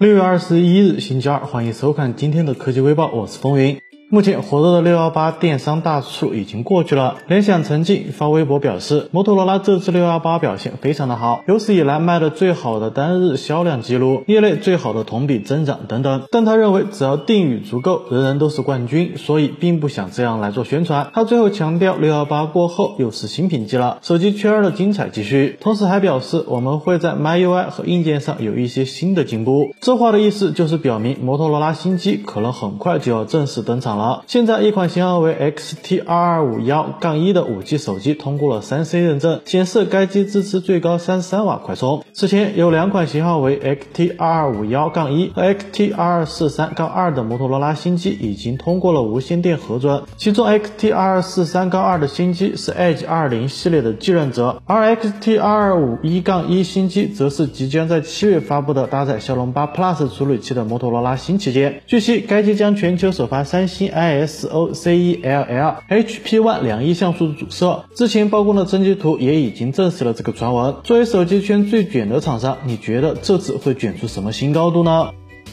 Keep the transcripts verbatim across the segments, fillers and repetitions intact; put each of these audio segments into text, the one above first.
六月二十一日星期二，欢迎收看今天的科技微报，我是风云。目前火热的六一八电商大促已经过去了，联想曾经发微博表示，摩托罗拉这次六一八表现非常的好，有史以来卖的最好的单日销量记录，业内最好的同比增长等等。但他认为只要定语足够，人人都是冠军，所以并不想这样来做宣传。他最后强调，六一八过后又是新品季了，手机圈的精彩继续。同时还表示，我们会在 M I U I 和硬件上有一些新的进步。这话的意思就是表明摩托罗拉新机可能很快就要正式登场了。现在一款型号为 X T 二二五一 一 的 五 G 手机通过了 三 C 认证，显示该机支持最高三十三瓦快充。此前有两款型号为 X T 二二五一 一 和 X T 二二四三二 的摩托罗拉新机已经通过了无线电核准，其中 X T 二二四三二 的新机是 Edge 二十 系列的继任者，而 X T 二二五一 一 新机则是即将在七月发布的搭载骁龙八 Plus 处理器的摩托罗拉新旗舰。据悉，该机将全球首发三星 I S O C E L L H P 一 两亿像素主摄，之前曝光的真机图也已经证实了这个传闻。作为手机圈最卷的厂商，你觉得这次会卷出什么新高度呢？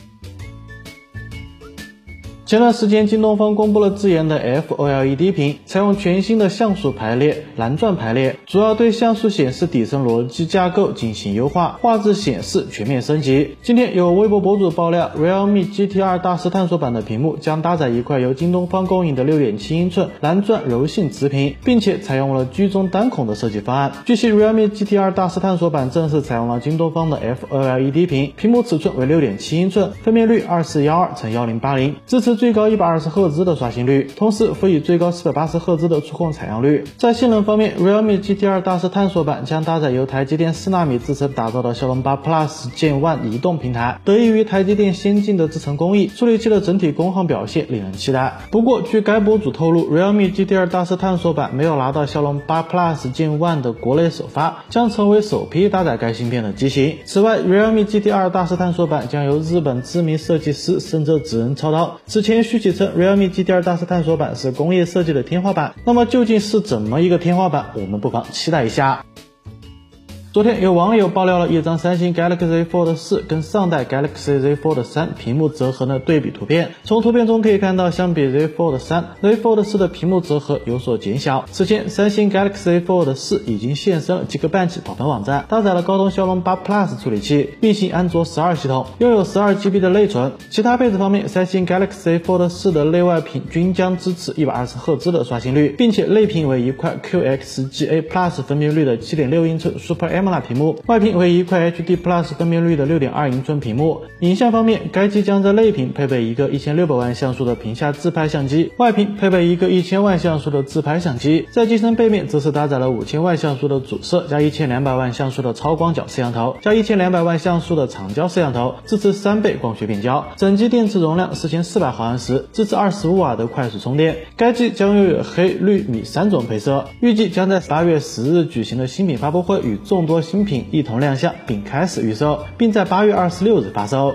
前段时间，京东方公布了自研的 F O L E D 屏，采用全新的像素排列、蓝钻排列，主要对像素显示底层逻辑架构进行优化，画质显示全面升级。今天有微博博主爆料 ，Realme G T 二大师探索版的屏幕将搭载一块由京东方供应的 六点七英寸蓝钻柔性直屏，并且采用了居中单孔的设计方案。据悉 ，Realme G T 二大师探索版正式采用了京东方的 F O L E D 屏，屏幕尺寸为 六点七英寸，分辨率二四一二乘一零八零，支持最高一百二十赫兹的刷新率，同时辅以最高四百八十赫兹的触控采样率。在性能方面 ，Realme G T 二大师探索版将搭载由台积电四纳米制程打造的骁龙八 Plus Gen 一移动平台，得益于台积电先进的制程工艺，处理器的整体功耗表现令人期待。不过，据该博主透露 ，Realme G T 二大师探索版没有拿到骁龙八 Plus Gen 的国内首发，将成为首批搭载该芯片的机型。此外 ，Realme G T 二大师探索版将由日本知名设计师深泽直人操刀。此前续起称 Realme G T 二大师探索版是工业设计的天花板，那么究竟是怎么一个天花板？我们不妨期待一下。昨天有网友爆料了一张三星 Galaxy Z Fold 四跟上代 Galaxy Z Fold 三屏幕折痕的对比图片。从图片中可以看到，相比 Z Fold 三 Z Fold 四的屏幕折痕有所减小。此前三星 Galaxy Z Fold 四已经现身了Geekbench跑分网站，搭载了高通骁龙八 Plus 处理器，并行安卓十二系统，拥有 十二 G B 的内存。其他配置方面，三星 Galaxy Z Fold 四的内外屏均将支持一百二十赫兹的刷新率，并且内屏为一块 Q X G A Plus 分辨率的 七点六英寸 Super AMOLED 屏幕，外屏为一块 H D Plus 分辨率的 六点二英寸屏幕。影像方面，该机将在内屏配备一个一千六百万像素的屏下自拍相机，外屏配备一个一千万像素的自拍相机。在机身背面则是搭载了五千万像素的主摄加一千两百万像素的超广角摄像头加一千两百万像素的长焦摄像头，支持三倍光学变焦。整机电池容量四千四百毫安时，支持二十五瓦的快速充电。该机将拥有黑、绿、米三种配色，预计将在八月十日举行的新品发布会与众多新品一同亮相，并开始预售，并在八月二十六日发售。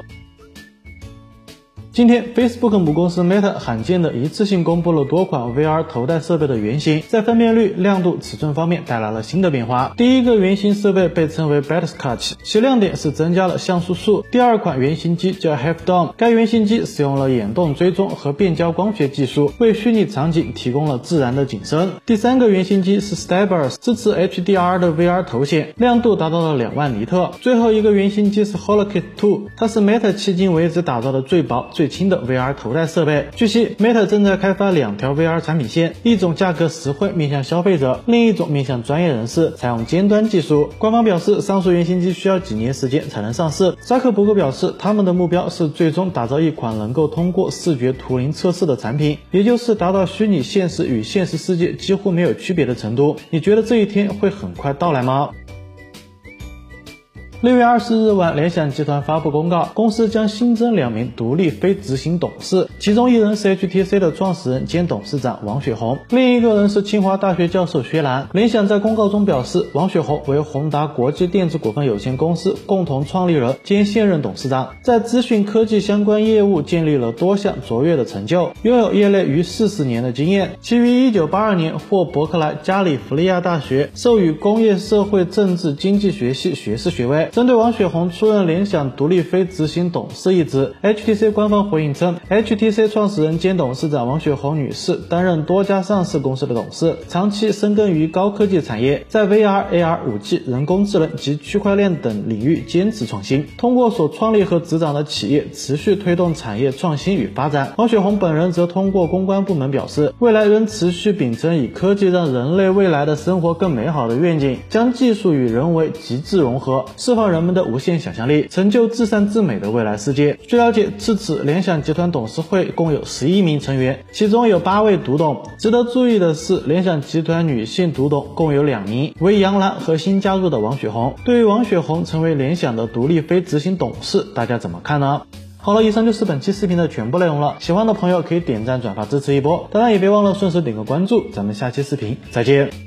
今天 Facebook 母公司 Meta 罕见的一次性公布了多款 V R 头戴设备的原型，在分辨率、亮度、尺寸方面带来了新的变化。第一个原型设备被称为 Butterscotch， 其亮点是增加了像素数。第二款原型机叫 Half Dome， 该原型机使用了眼动追踪和变焦光学技术，为虚拟场景提供了自然的景深。第三个原型机是 Starburst， 支持 H D R 的 V R 头显，亮度达到了两万尼特。最后一个原型机是 HoloKit 二， 它是 Meta 迄今为止打造的最薄、最轻的 V R 头戴设备。据悉 Meta 正在开发两条 V R 产品线，一种价格实惠面向消费者，另一种面向专业人士，采用尖端技术。官方表示上述原型机需要几年时间才能上市。扎克伯格表示，他们的目标是最终打造一款能够通过视觉图灵测试的产品，也就是达到虚拟现实与现实世界几乎没有区别的程度。你觉得这一天会很快到来吗？六月二十日晚，联想集团发布公告，公司将新增两名独立非执行董事，其中一人是 H T C 的创始人兼董事长王雪红，另一个人是清华大学教授薛兰。联想在公告中表示，王雪红为宏达国际电子股份有限公司共同创立人兼现任董事长，在资讯科技相关业务建立了多项卓越的成就，拥有业内逾四十年的经验。其于一九八二年获伯克莱加利福尼亚大学授予工业社会政治经济学系学士学位。 月，针对王雪红出任联想独立非执行董事一职 ，H T C 官方回应称 ，H T C 创始人兼董事长王雪红女士担任多家上市公司的董事，长期深耕于高科技产业，在 V R、A R、五 G、人工智能及区块链等领域坚持创新，通过所创立和执掌的企业持续推动产业创新与发展。王雪红本人则通过公关部门表示，未来仍持续秉承以科技让人类未来的生活更美好的愿景，将技术与人为极致融合，释放人们的无限想象力，成就至善至美的未来世界。据了解，至此联想集团董事会共有十一名成员，其中有八位独董。值得注意的是，联想集团女性独董共有两名，为杨澜和新加入的王雪红。对于王雪红成为联想的独立非执行董事，大家怎么看呢？好了，以上就是本期视频的全部内容了。喜欢的朋友可以点赞转发支持一波，当然也别忘了顺手点个关注。咱们下期视频再见。